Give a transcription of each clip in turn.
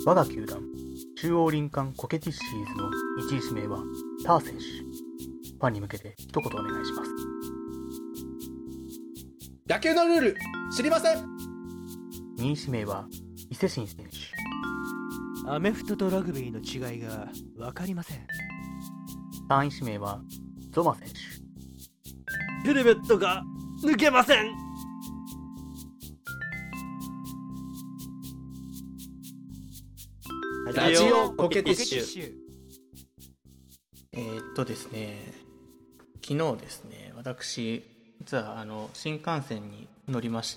我が球団中央林間コケティッシーズの1位指名はター選手。ファンに向けて一言お願いします。 野球のルール知りません。 2位指名は伊勢神選手。 アメフトとラグビーの違いが分かりません。 3位指名はゾマ選手。 ヘルメットが抜けません。 ラジオコケティッシュ。 ですね、昨日ですね、私実は新幹線に乗りまして、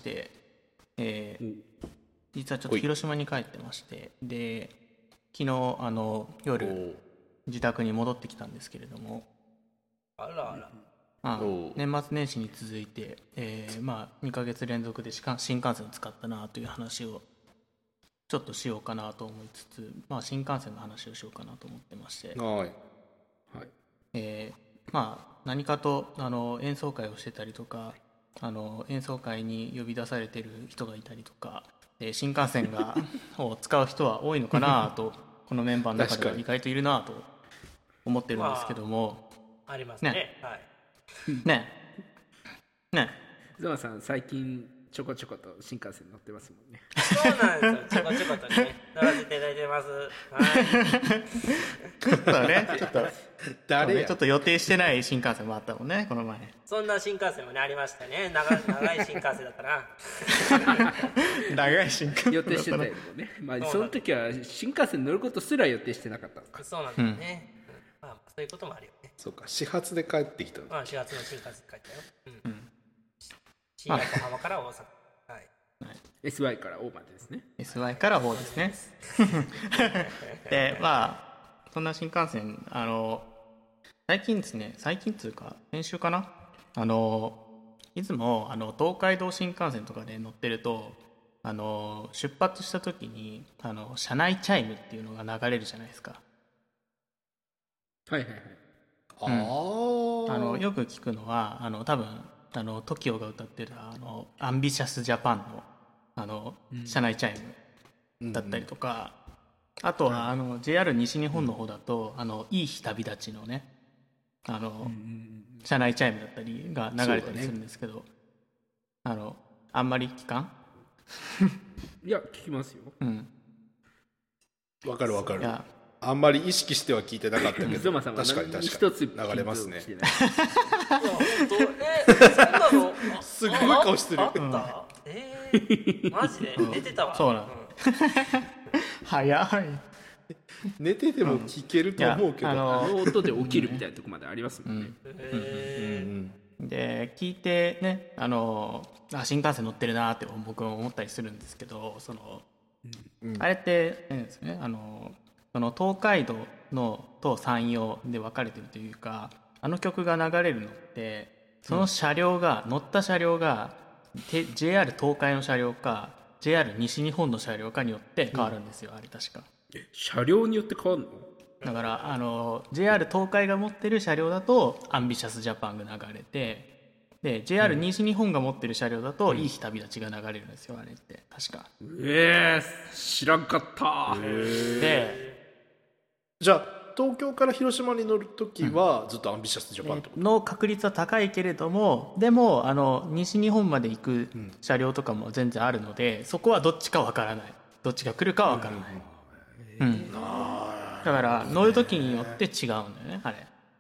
実はちょっと広島に帰ってまして、で昨日夜自宅に戻ってきたんですけれども、 あらあら、 年末年始に続いて、2ヶ月連続で新幹線を使ったなという話をちょっとしようかなと思いつつ、新幹線の話をしようかなと思ってまして、何かと演奏会をしてたりとか、演奏会に呼び出されてる人がいたりとか、新幹線を使う人は多いのかなとこのメンバーの中では意外といるなと思ってるんですけども、 ありますね。はい。 ねゾマさん最近ちょこちょこと新幹線乗ってますもんね。 そうなんですよ。ちょこちょことね乗らせていただいてます。はい。 ちょっとね誰やちょっと予定してない新幹線もあったもんね、この前。 そんな新幹線もねありましたね。長い新幹線だったな。 長い新幹線予定してたよね。その時は新幹線乗ることすら予定してなかったのか。 そうなんだよね。そういうこともあるよね。 そうか、始発で帰ってきたの。 4月の新幹線帰ったよ。新横浜から大阪。はい。 SY から O までですね。 SY から O ですね。でそんな新幹線最近ですね、最近というか先週かな、いつも東海道新幹線とかで乗ってると出発した時に車内チャイムっていうのが流れるじゃないですか。 はいはいはい。 よく聞くのは多分TOKIO が歌ってるアンビシャスジャパンの車内チャイムだったりとか、あとはJR 西日本の方だといい日旅立ちのね車内チャイムだったりが流れたりするんですけど、あんまり聞かん？ いや聞きますよ。 わかるわかる。 いやあんまり意識しては聞いてなかったけど、 ゾマさんは確かに一つ流れますね。 そんなのすごい顔してる。 あった？マジで寝てたわ。 そうなの。早い。 寝てても聞けると思うけど、 音で起きるみたいなとこまでありますもんね。 で聞いてね新幹線乗ってるなって僕も思ったりするんですけど、あれってですね、その東海道のと山陽で分かれてるというか、曲が流れるのってその車両が、乗った車両がJR 東海の車両か JR 西日本の車両かによって変わるんですよ、あれ確か。 車両によって変わるの？ だからJR 東海が持ってる車両だとアンビシャスジャパンが流れて、で JR 西日本が持ってる車両だといい日旅立ちが流れるんですよ、あれって確か。 知らんかった。 でじゃあ東京から広島に乗るときはずっとアンビシャスジャパンってこと？ の確率は高いけれども、でも西日本まで行く車両とかも全然あるので、そこはどっちかわからない、どっちが来るかわからない、だから乗るときによって違うんだよね、あ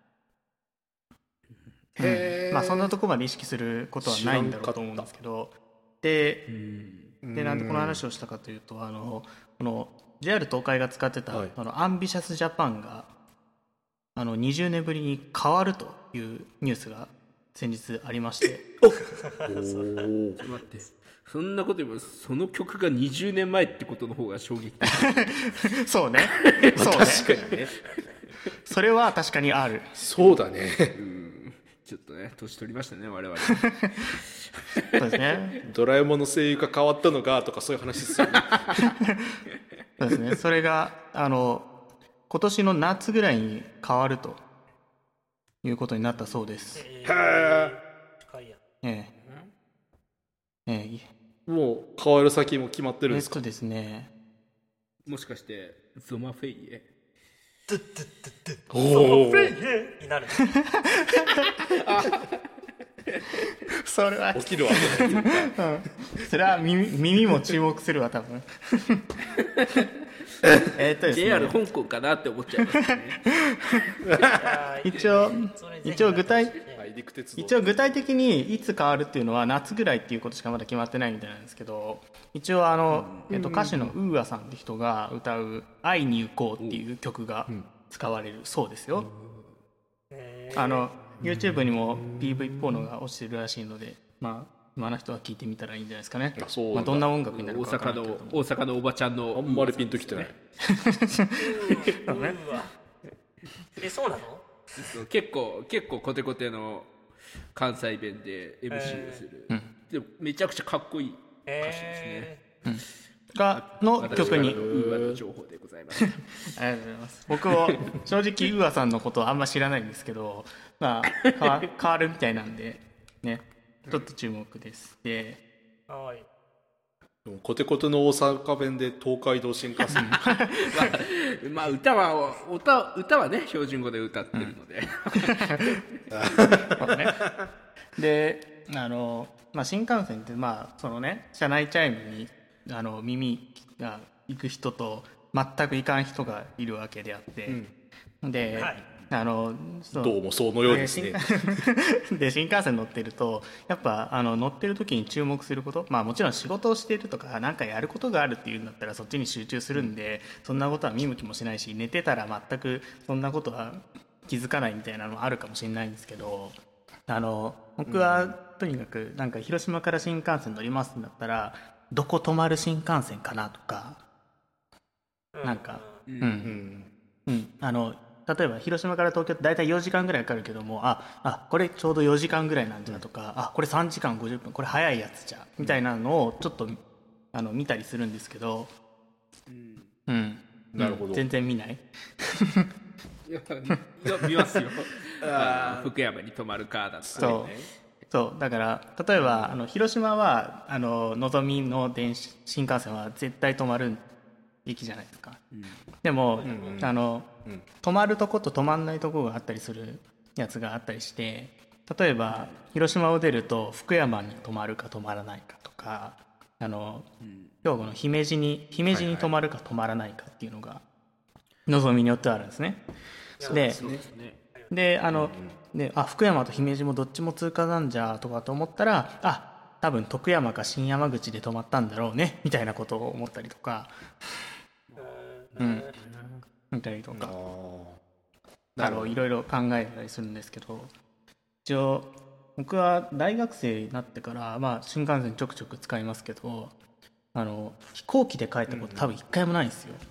れ。そんなとこまで意識することはないんだろうと思うんですけど、でなんでこの話をしたかというと、この JR 東海が使ってた、アンビシャスジャパンが20年ぶりに変わるというニュースが先日ありまして。 ちょっと待って、そんなこと言えばその曲が20年前ってことの方が衝撃的。 そうね確かにね。 それは確かにある。 そうだね。 ちょっとね年取りましたね我々。 そうですね。 ドラえもんの声優が変わったのかとかそういう話ですよね。 そうですね。それが今年の夏ぐらいに変わるということになったそうです。 もう変わる先も決まってるんですか？ ですね、 もしかしてゾマフェイエおおになる。 それは起きるわそれは耳も注目するわ多分。ですね、 JR 香港かなって思っちゃいますね。 一応具体的にいつ変わるっていうのは夏ぐらいっていうことしかまだ決まってないみたいなんですけど、一応歌手のウーアさんって人が歌う「会いに行こう」っていう曲が使われるそうですよ。YouTube にも PV ポーノが落ちてるらしいので、まあ今の人は聞いてみたらいいんじゃないですかね。まあ、どんな音楽になるか分からないけど、 大阪のおばちゃんのあんまりピンときてない。 そうなの？ 結構コテコテの関西弁で MC をする、でもめちゃくちゃかっこいい歌手ですね、 の曲にウーアの情報でございます。 ありがとうございます。僕も正直ウーアさんのことはあんま知らないんですけど、まあ変わるみたいなんでね、ちょっと注目です。で、 はい。 コテコテの大阪弁で東海道新幹線まあ歌はね標準語で歌ってるので、 そうね。で、まあ、新幹線ってまあそのね車内チャイムに耳が行く人と全く行かん人がいるわけであって、で、はい、 どうもそのようですね。 で新幹線乗ってるとやっぱ乗ってる時に注目すること、まあもちろん仕事をしているとか何かやることがあるっていうんだったらそっちに集中するんで、そんなことは見向きもしないし、寝てたら全くそんなことは気づかないみたいなのはあるかもしれないんですけど、僕はとにかくなんか広島から新幹線乗りますんだったらどこ止まる新幹線かなとか、なんか例えば広島から東京って大体4時間ぐらいかかるけども、これちょうど4時間ぐらいなんじゃとか、これ3時間50分これ早いやつじゃみたいなのをちょっと見たりするんですけど、 なるほど。 全然見ない？ いや見ますよ。福山に泊まるかだったらね。 そうだから例えば広島はのぞみの新幹線は絶対止まる駅じゃないですか、でも、止まるとこと止まんないとこがあったりするやつがあったりして、例えば広島を出ると福山に止まるか止まらないかとか、兵庫の姫路に止まるか止まらないかっていうのがのぞみによってはあるんですね。で福山と姫路もどっちも通過なんじゃとかと思ったら、多分徳山か新山口で止まったんだろうねみたいなことを思ったりとか、みたりとかいろいろ考えたりするんですけど、一応僕は大学生になってから、まあ、新幹線ちょくちょく使いますけど、飛行機で帰ったこと多分一回もないんですよ。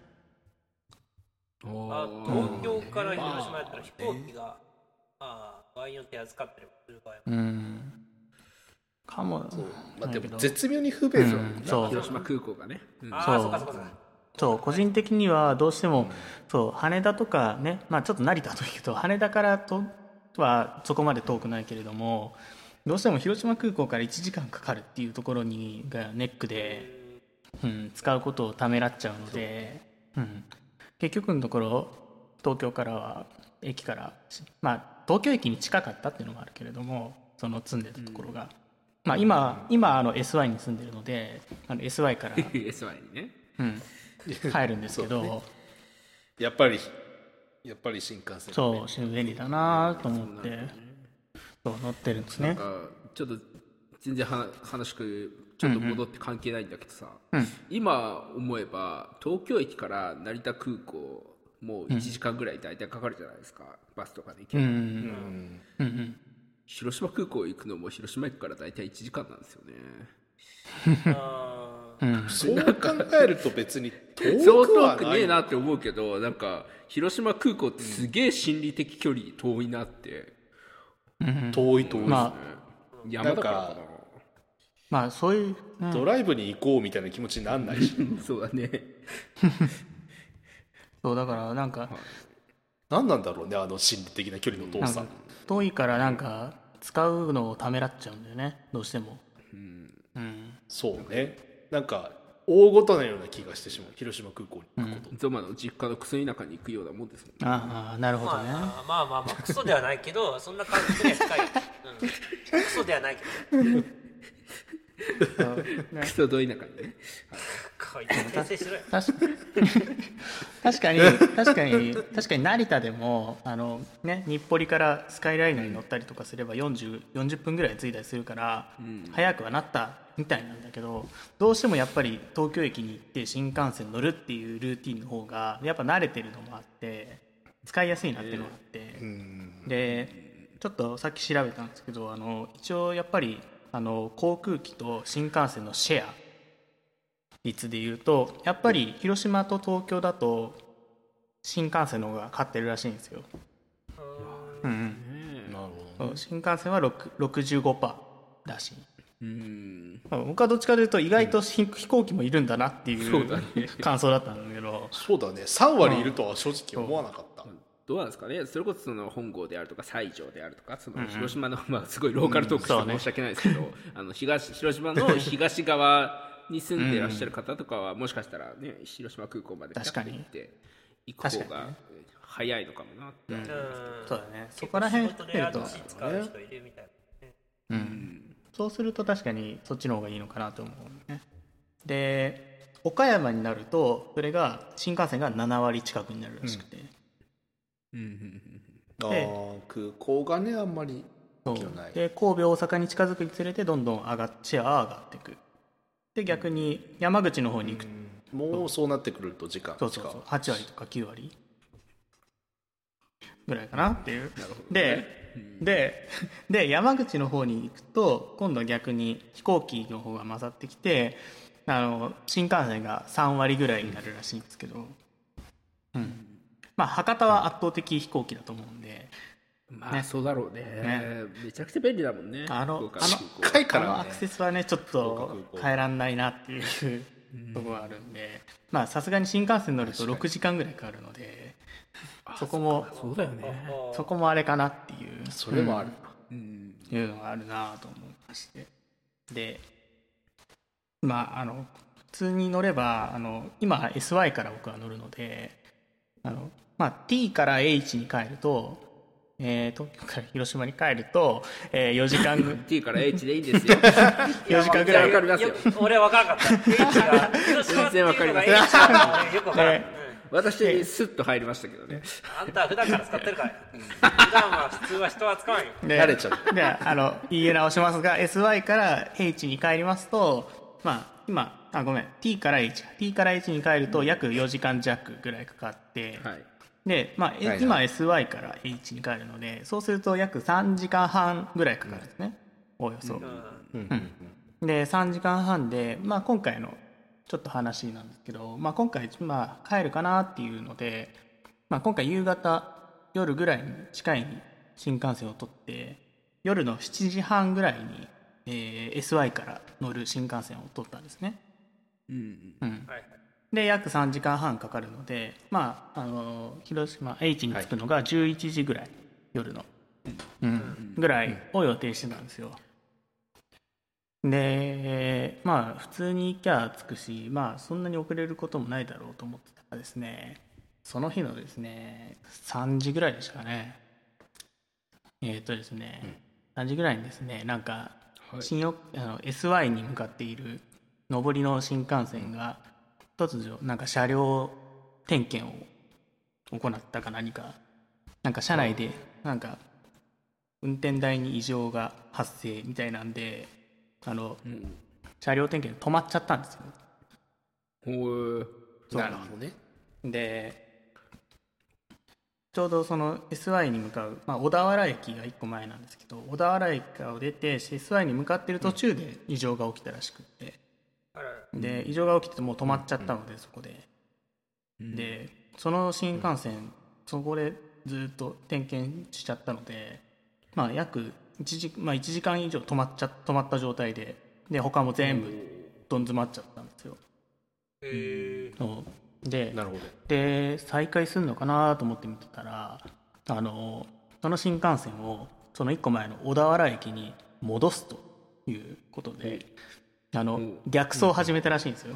東京から広島やったら飛行機が場合によって預かったりする場合もかも。 でも絶妙に不便だもんな、 広島空港がね。 そう個人的にはどうしても、羽田とかね、まあちょっと成田というと羽田からとはそこまで遠くないけれども、どうしても広島空港から1時間かかるっていうところがネックで、使うことをためらっちゃうので、結局のところ東京からは駅から、まあ東京駅に近かったっていうのもあるけれども、その住んでたところが、まあ今SY に住んでるのでSY から SY にね、 帰るんですけど、 やっぱり新幹線、 そう便利だなと思って乗ってるんですね。 なんかちょっと全然話ちょっと戻って関係ないんだけどさ、今思えば東京駅から成田空港もう1時間ぐらい大体かかるじゃないですか、バスとかで行けば、広島空港行くのも広島駅から大体1時間なんですよね。 そう考えると別に遠そうくはない。 遠くねえなって思うけど、なんか広島空港ってすげえ心理的距離遠いなって。 遠い、 まあ、 山だからかな。 まあそういう、 ドライブに行こうみたいな気持ちになんないしそうだね。 そうだからなんか、 何なんだろうね、心理的な距離の遠さ。 遠いからなんか使うのをためらっちゃうんだよね、どうしても。 そうね。なんか大ごとなような気がしてしまう、広島空港に行くこと、 ゾマの実家のクソ田舎に行くようなもんですもんね。 ああ、なるほどね。 まあクソではないけどそんな感じには近い、クソではないけどねクソど田舎にね。 こいつ訂正しろよ。 確かに成田でも日暮里からスカイライナーに乗ったりとかすれば40分ぐらい着いたりするから、早くはなったみたいなんだけど、どうしてもやっぱり東京駅に行って新幹線乗るっていうルーティンの方がやっぱ慣れてるのもあって使いやすいなっていうのがあって、でちょっとさっき調べたんですけど一応やっぱり航空機と新幹線のシェア率でいうとやっぱり広島と東京だと新幹線の方が勝ってるらしいんですよ。なるほど、新幹線は 65% らしい。僕はどっちかというと意外と飛行機もいるんだなっていう感想だったんだけど、 そうだね、3割いるとは正直思わなかった。 どうなんですかね。それこそ本郷であるとか西条であるとか広島の、すごいローカルトークして申し訳ないですけど、広島の東側に住んでいらっしゃる方とかはもしかしたらね広島空港まで行って行く方が早いのかもなって。 そうだね、そこら辺レア度使う人いるみたいなね。 そうすると確かにそっちの方がいいのかなと思うね。で岡山になるとそれが新幹線が7割近くになるらしくて、 空港がねあんまりそうで神戸大阪に近づくにつれてどんどんシェアは上がっていく。で逆に山口の方に行くもうそうなってくると時間そう8割とか9割ぐらいかなっていう。で山口の方に行くと今度は逆に飛行機の方が混ざってきて新幹線が3割ぐらいになるらしいんですけど、博多は圧倒的飛行機だと思うんで、 そうだろうね。めちゃくちゃ便利だもんね。 近いからね、 アクセスはねちょっと変えらんないなっていうところがあるんで、さすがに新幹線乗ると6時間ぐらいかかるので、そこもそうだよね。 そこもあれかなっていう、 それもあるいうのがあるなと思いまして、で普通に乗れば今 SY から僕は乗るのでT から H に帰ると東京から広島に帰ると、4時間 T から H でいいんですよ 4時間ぐらい分かりますよ。 俺は分からなかった。H が全然分かりません。 よく分からん。 私スッと入りましたけどね。 あんたは普段から使ってるから。普段は普通は人は使わんよ。 慣れちゃう。 で言い直しますが SY から H に帰りますと今T から H に帰ると約4時間弱ぐらいかかって、で今 SY から H に帰るのでそうすると約3時間半ぐらいかかるんですね、おおよそ。で3時間半で今回のちょっと話なんですけど、今回帰るかなっていうので、今回夕方夜ぐらいに近いに新幹線を取って夜の7時半ぐらいに、SY から乗る新幹線を取ったんですね。で約3時間半かかるので、広島 H に着くのが11時ぐらい、夜の、ぐらいを予定してたんですよ。で普通に行きゃ着くしそんなに遅れることもないだろうと思ってたらですね、その日のですね3時ぐらいでしたかね、ですね、3時ぐらいにですねSY に向かっている上りの新幹線が突如車両点検を行ったか何か車内で運転台に異常が発生みたいなんで車両点検で止まっちゃったんですよ。 なるほどね。 でちょうどその SY に向かう、小田原駅が1個前なんですけど、小田原駅を出て SY に向かっている途中で異常が起きたらしくて、で異常が起きてもう止まっちゃったので、そこで、でその新幹線そこでずっと点検しちゃったので、約1時間以上止まった状態で他も全部どん詰まっちゃったんですよ。 なるほど。 で再開するのかなと思って見てたらその新幹線をその1個前の小田原駅に戻すということで、 逆走を始めたらしいんですよ。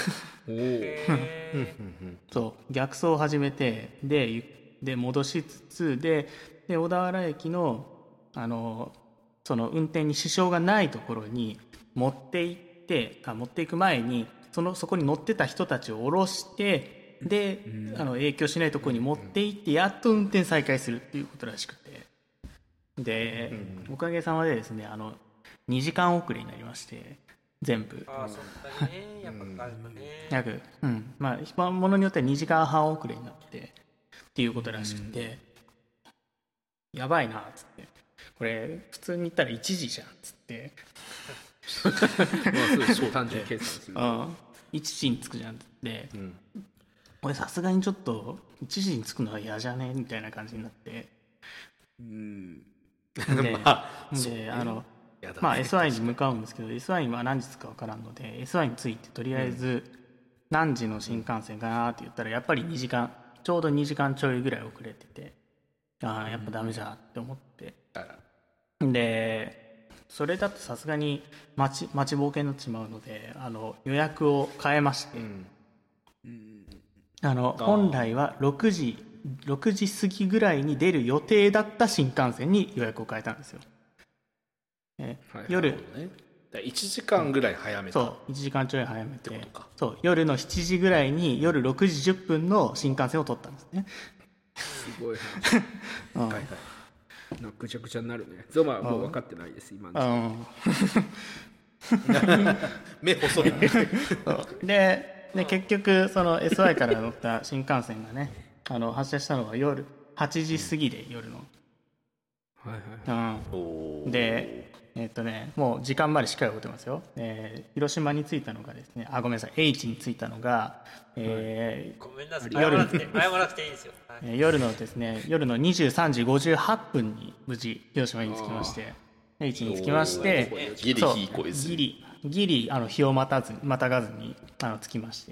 へそう逆走を始めてで戻しつつで小田原駅のその運転に支障がないところに持っていく前にそこに乗ってた人たちを降ろしてで影響しないところに持って行ってやっと運転再開するっていうことらしくてで、おかげさまでですね2時間遅れになりまして全部ああそっかねやっぱかかるとね約まあものによっては2時間半遅れになってっていうことらしくて、やばいなっつってこれ普通に言ったら1時じゃんっつってまあそう単純計算する 1時に着くじゃんっつって、俺さすがにちょっと1時に着くのは嫌じゃねみたいな感じになってでまあ SY に向かうんですけど SY は何時着くか分からんので SY に着いてとりあえず何時の新幹線かなって言ったらやっぱり2時間ちょうど2時間ちょいぐらい遅れててああやっぱダメじゃんって思ってでそれだとさすがに待ちぼうけになってしまうので予約を変えまして、本来は6時過ぎぐらいに出る予定だった新幹線に予約を変えたんですよ、夜 1時間ぐらい早めたそう1時間ちょい早めてそう夜の7時ぐらいに夜6時10分の新幹線を取ったんですねすごい話ぐちゃぐちゃになるねゾマはもう分かってないです今の目細いで結局その SY から乗った新幹線がね発車したのが夜8時過ぎで夜のでもう時間までしっかり覚えてますよ、広島に着いたのがですねごめんなさい H に着いたのが、 ごめんなさい謝らなくていいですよ、 夜のですね夜の23時58分に無事広島に着きまして H に着きましてギリ日超えずギリ日をまたがずに着きまして、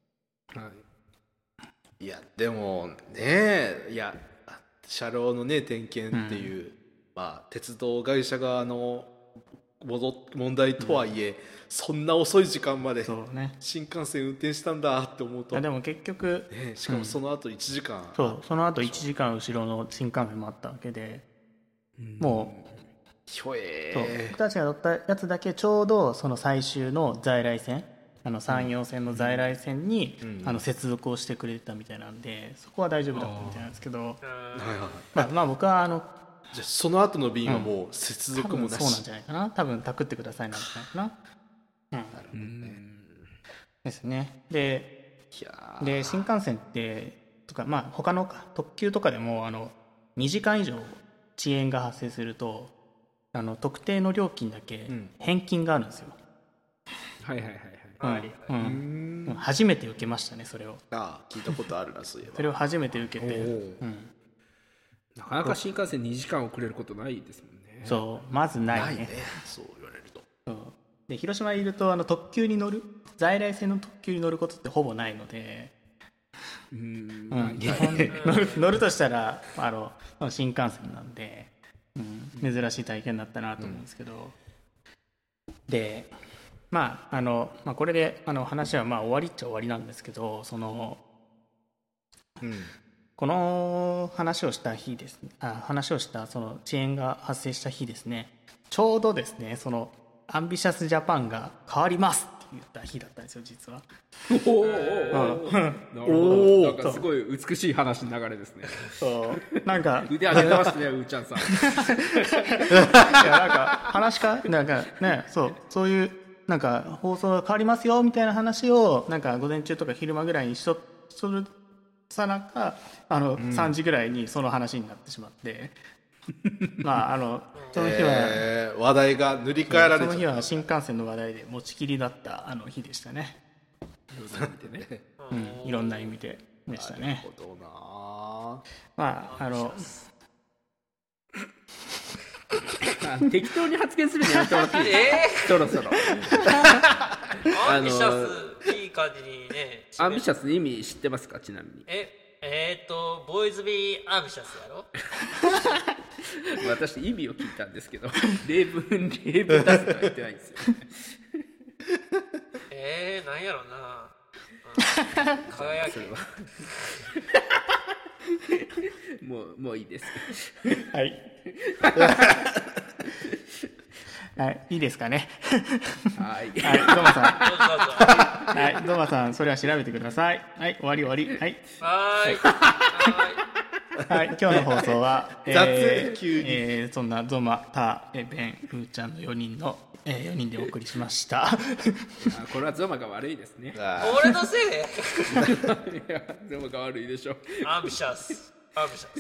いやでもね車両のね点検っていう、鉄道会社側の問題とはいえ、そんな遅い時間まで新幹線運転したんだって思うとでも結局、 しかもその後1時間、 その後1時間後ろの新幹線もあったわけで、もう僕たちが乗ったやつだけちょうどその最終の在来線山陽線の在来線に、接続をしてくれてたみたいなんでそこは大丈夫だったみたいなんですけど、僕はじゃあその後の便はもう接続もなし、 そうなんじゃないかな多分タクってくださいなんじゃないかな、なるほどねですねで新幹線ってとか他の特急とかでも2時間以上遅延が発生すると特定の料金だけ返金があるんですよ、初めて受けましたねそれを聞いたことあるなそういえばそれを初めて受けて、 なかなか新幹線2時間遅れることないですもんねそうまずないねそう言われるとで広島にいると特急に乗る在来線の特急に乗ることってほぼないので乗るとしたら新幹線なんで、珍しい体験だったなと思うんですけど、でこれで話は終わりっちゃ終わりなんですけどこの話をした日ですねその遅延が発生した日ですねちょうどですねそのアンビシャスジャパンが変わりますって言った日だったんですよ実は。 なるほどなんかすごい美しい話の流れですね。 そうなんか腕上げてますねうーちゃんさん。いやなんか話かなんかねそういうなんか放送が変わりますよみたいな話をなんか午前中とか昼間ぐらいにしとるさなか3時ぐらいにその話になってしまってその日は、 話題が塗り替えられちゃった。 その日は新幹線の話題で持ちきりだった日でしたね。いろんな意味ででしたね。 なるほどな。 適当に発言するのやめてもらっていい？そろそろ。 アンビシャスいい感じにね。 アンビシャスの意味知ってますかちなみに？ ボーイズビーアンビシャスやろ？ 私意味を聞いたんですけど例文出すとは言ってないんですよ。 なんやろな、輝きもういいです。 はいはい、いいですかね。 はい。 はい、ゾマさん。 どうぞはい、ゾマさん、それは調べてください。はい、終わり。はい。はい、今日の放送は、 急にそんなゾマ、タ、ベン、フーちゃんの4人の、4人でお送りしました。 これはゾマが悪いですね。 俺のせいいや、ゾマが悪いでしょ。 アンビシャス意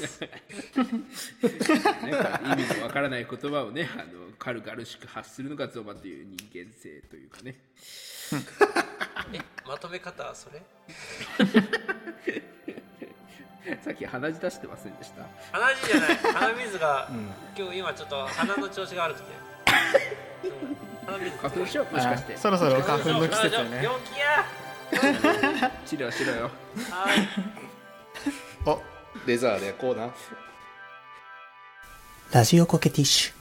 味のわからない言葉をね、軽々しく発するのがゾマという人間性というかね。 まとめ方はそれ？ さっき鼻血出してませんでした？ 鼻血じゃない、鼻水が、今日今ちょっと鼻の調子が悪くて鼻水花粉症もしかして。 そろそろ花粉の季節よね。 病気や治療しろよ。 はいおレザーでこうなラジオコケティッシュ。